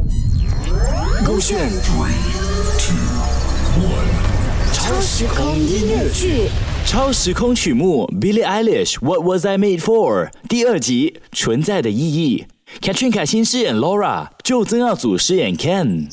勾选超时空音乐剧， 超时空曲目 Billie Eilish What Was I Made For 第2集存在的意义。Katrina 新饰演 Laura， 就曾耀祖饰演 Ken。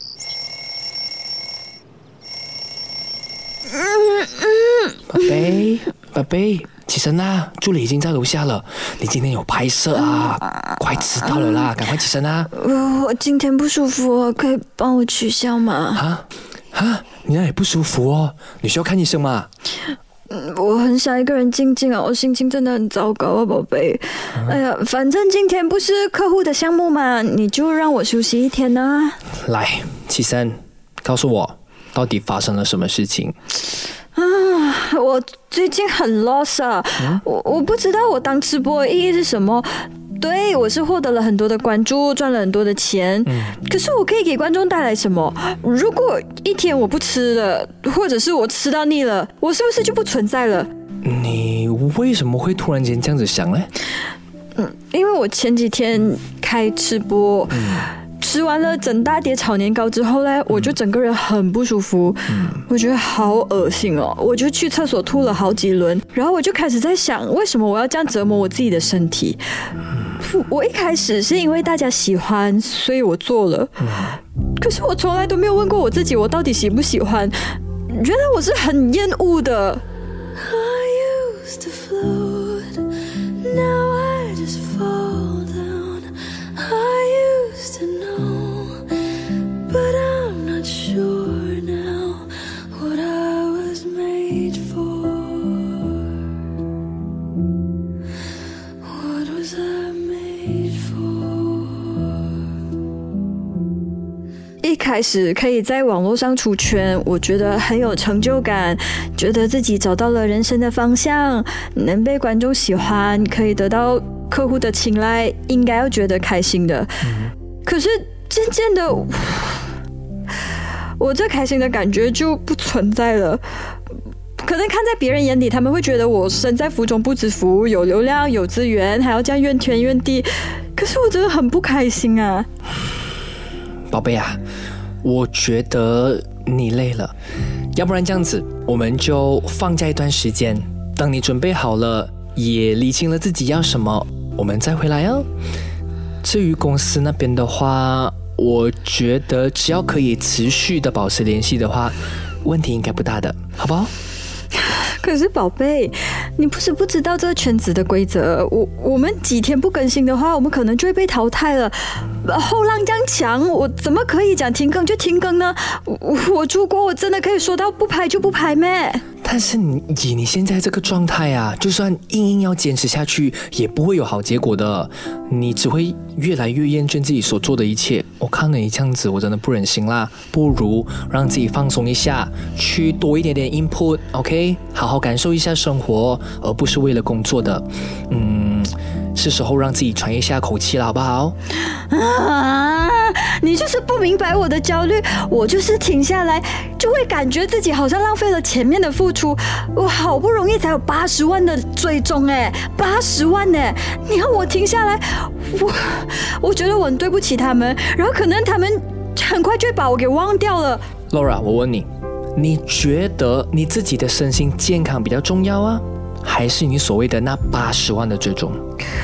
宝贝，起身啦！助理已经在楼下了。你今天有拍摄啊，快迟到了啦，赶快起身啊！ 我今天不舒服，可以帮我取消吗？ 你那里不舒服哦？你需要看医生吗？ 我很想一个人静静啊，我心情真的很糟糕啊，宝贝。哎呀，反正今天不是客户的项目嘛，你就让我休息一天啊。 来，起身，告诉我到底发生了什么事情？ 我最近很 lost 啊，我不知道我当吃播的意义是什么。对，我是获得了很多的关注，赚了很多的钱，可是我可以给观众带来什么？如果一天我不吃了，或者是我吃到腻了，我是不是就不存在了？ 你为什么会突然间这样子想呢？ 因为我前几天开吃播，吃完了整大碟炒年糕之后呢，我就整个人很不舒服，我觉得好恶心哦，我就去厕所吐了好几轮，然后我就开始在想，为什么我要这样折磨我自己的身体？我一开始是因为大家喜欢，所以我做了，可是我从来都没有问过我自己，我到底喜不喜欢？原来我是很厌恶的。一开始可以在网络上出圈，我觉得很有成就感，觉得自己找到了人生的方向，能被观众喜欢，可以得到客户的青睐，应该要觉得开心的。可是渐渐的，我这开心的感觉就不存在了。可能看在别人眼里，他们会觉得我身在福中不知福，有流量有资源，还要这样怨天怨地，可是我真的很不开心啊。 宝贝啊，我觉得你累了，要不然这样子，我们就放假一段时间，等你准备好了，也理清了自己要什么，我们再回来哦。至于公司那边的话，我觉得只要可以持续的保持联系的话，问题应该不大的，好不好？ 可是宝贝，你不是不知道这个圈子的规则，我们几天不更新的话，我们可能就会被淘汰了。后浪这样强，我怎么可以讲停更就停更呢？我出国，我真的可以说到不拍就不拍咩？ 但是以你现在这个状态啊，就算硬要坚持下去，也不会有好结果的。你只会越来越厌倦自己所做的一切。我看了你这样子，我真的不忍心啦。不如让自己放松一下，去多一点点 input， OK？ 好好感受一下生活，而不是为了工作的。是时候让自己喘一下口气了，好不好？ 你就是不明白我的焦虑，我就是停下来就会感觉自己好像浪费了前面的付出。我好不容易才有80万的追踪，80万你要我停下来，我觉得我很对不起他们，然后可能他们很快就会把我给忘掉了。 Laura， 我问你，你觉得你自己的身心健康比较重要啊，还是你所谓的那80万的追踪？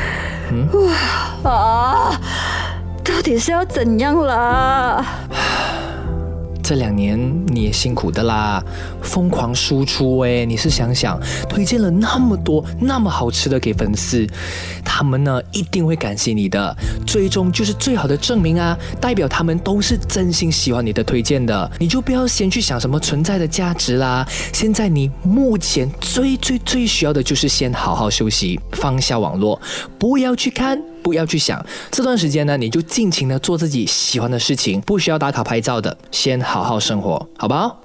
到底是要怎样啦？ 这2年你也辛苦的啦，疯狂输出你是想想推荐了那么多那么好吃的给粉丝，他们呢一定会感谢你的，最终就是最好的证明啊，代表他们都是真心喜欢你的推荐的。你就不要先去想什么存在的价值啦，现在你目前最需要的就是先好好休息，放下网络，不要去看，不要去想，这段时间呢，你就尽情的做自己喜欢的事情，不需要打卡拍照的，先好好生活，好不好？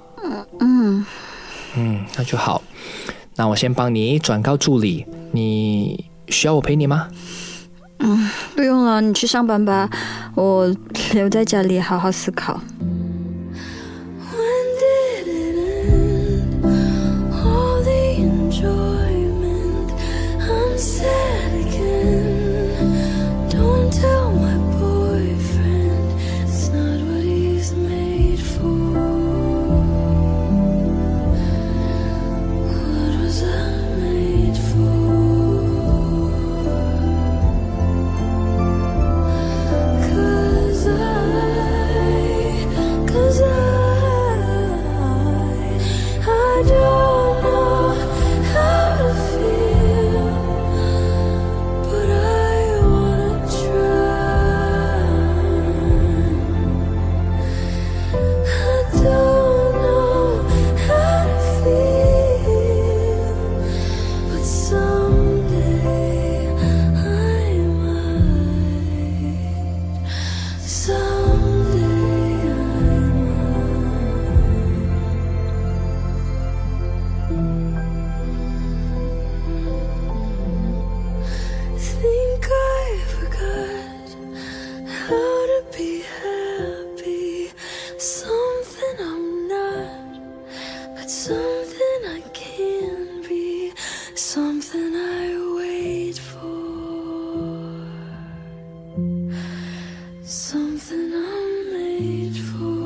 那就好。那我先帮你转告助理，你需要我陪你吗？ 不用了，你去上班吧，我留在家里好好思考。 Something I wait for, something I'm made for,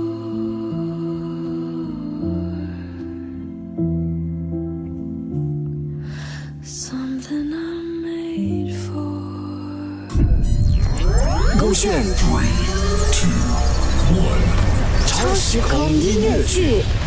something I'm made for. 勾选3、2、1，超时空音乐剧。